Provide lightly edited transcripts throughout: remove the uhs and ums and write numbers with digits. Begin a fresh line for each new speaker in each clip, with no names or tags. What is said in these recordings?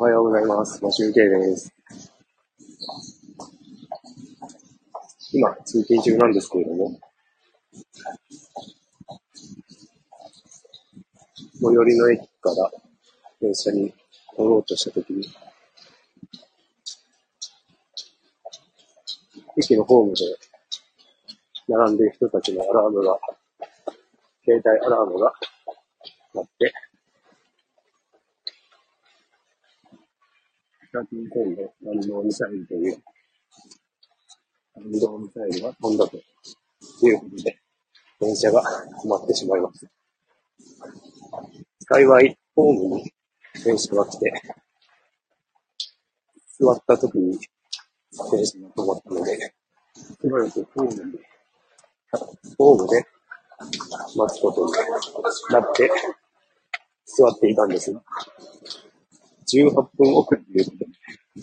おはようございます。マシュウケイです。今、通勤中なんですけれども、最寄りの駅から電車に乗ろうとしたときに、駅のホームで並んでいる人たちのアラームが、携帯アラームが鳴って、北朝鮮の弾道ミサイルという弾道ミサイルが飛んだということで、電車が止まってしまいました。幸い、ホームに電車が来て、座った時に電車が止まったので、しばらくホームで待つことになって座っていたんですが、18分遅れということで、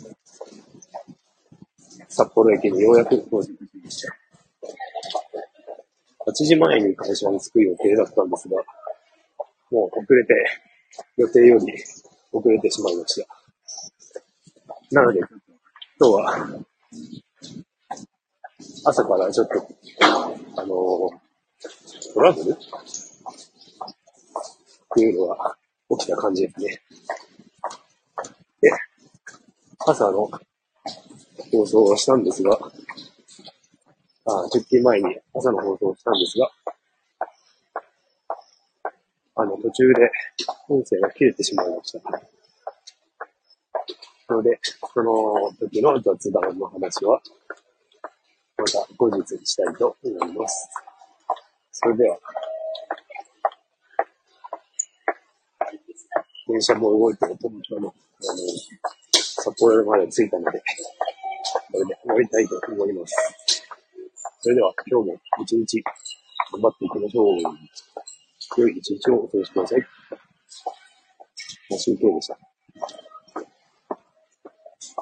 札幌駅にようやく到着しました。8時前に会社に着く予定だったんですが、もう遅れて、予定より遅れてしまいました。なので、今日は朝からちょっと、トラブルっていうのが起きた感じですね。で、朝の放送をしたんですが、出勤前に朝の放送をしたんですが、途中で音声が切れてしまいました。なので、その時の雑談の話は、また後日にしたいと思います。それでは、電車も動いてると、札幌まで着いたので、これで終わりたいと思います。それでは、今日も一日頑張っていきましょう。良い一日をお過ごしください。マシュウケイでした。